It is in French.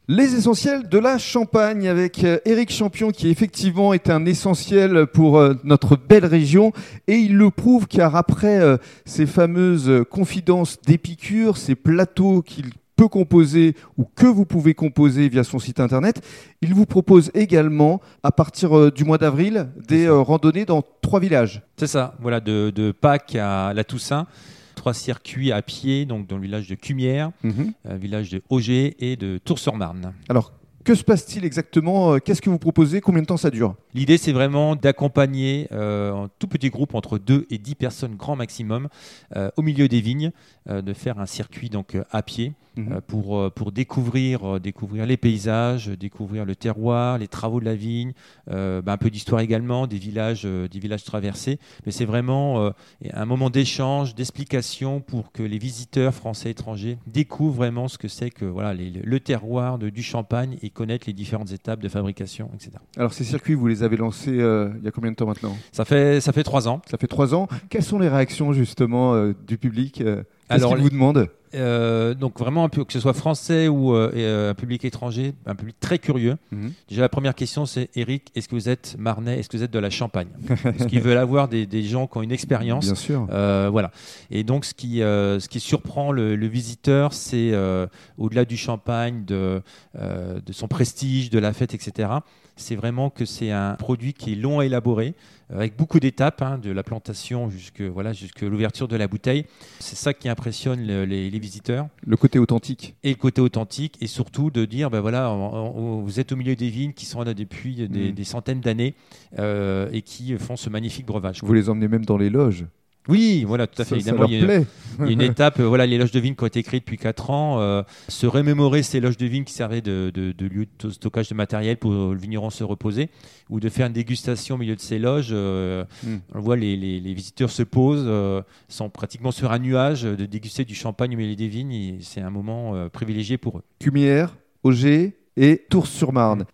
Les essentiels de la Champagne avec Éric Champion qui effectivement est un essentiel pour notre belle région et il le prouve car après ces fameuses confidences d'Épicure, ces plateaux qu'il peut composer ou que vous pouvez composer via son site internet, il vous propose également à partir du mois d'avril des randonnées dans 3 villages. C'est ça, voilà, de Pâques à la Toussaint. 3 circuits à pied, donc dans le village de Cumières, village de Auger et de Tours-sur-Marne. Alors, que se passe-t-il exactement ? Qu'est-ce que vous proposez ? Combien de temps ça dure ? L'idée, c'est vraiment d'accompagner en tout petit groupe, entre 2 et 10 personnes grand maximum, au milieu des vignes, de faire un circuit donc, à pied pour découvrir les paysages, découvrir le terroir, les travaux de la vigne, un peu d'histoire également, des villages traversés. Mais c'est vraiment un moment d'échange, d'explication pour que les visiteurs français et étrangers découvrent vraiment ce que c'est que voilà, le terroir du Champagne et connaître les différentes étapes de fabrication, etc. Alors ces circuits, vous les avez lancés il y a combien de temps maintenant ? Ça fait 3 ans. Ça fait 3 ans. Quelles sont les réactions justement du public ? Qu'est-ce qu'ils vous demandent ? Donc vraiment, que ce soit français ou un public étranger, un public très curieux. Déjà, la première question, c'est Éric, est-ce que vous êtes marnais ? Est-ce que vous êtes de la Champagne ? Parce qu'ils veulent avoir des gens qui ont une expérience. Bien sûr. Voilà. Et donc, ce qui surprend le visiteur, c'est au-delà du Champagne, de son prestige, de la fête, etc. C'est vraiment que c'est un produit qui est long à élaborer, avec beaucoup d'étapes, de la plantation jusqu'à l'ouverture de la bouteille. C'est ça qui impressionne les visiteurs. Le côté authentique. Et le côté authentique, et surtout de dire, vous êtes au milieu des vignes qui sont là depuis des centaines d'années et qui font ce magnifique breuvage. Vous les emmenez même dans les loges. Oui, voilà, tout à fait. Évidemment, il y a une étape, les loges de vignes qui ont été créées depuis 4 ans, se remémorer ces loges de vignes qui servaient de lieu de stockage de matériel pour le vigneron se reposer, ou de faire une dégustation au milieu de ces loges. On voit les visiteurs se posent, sont pratiquement sur un nuage, de déguster du champagne au milieu des vignes, et c'est un moment privilégié pour eux. Cumières, Auger et Tours-sur-Marne.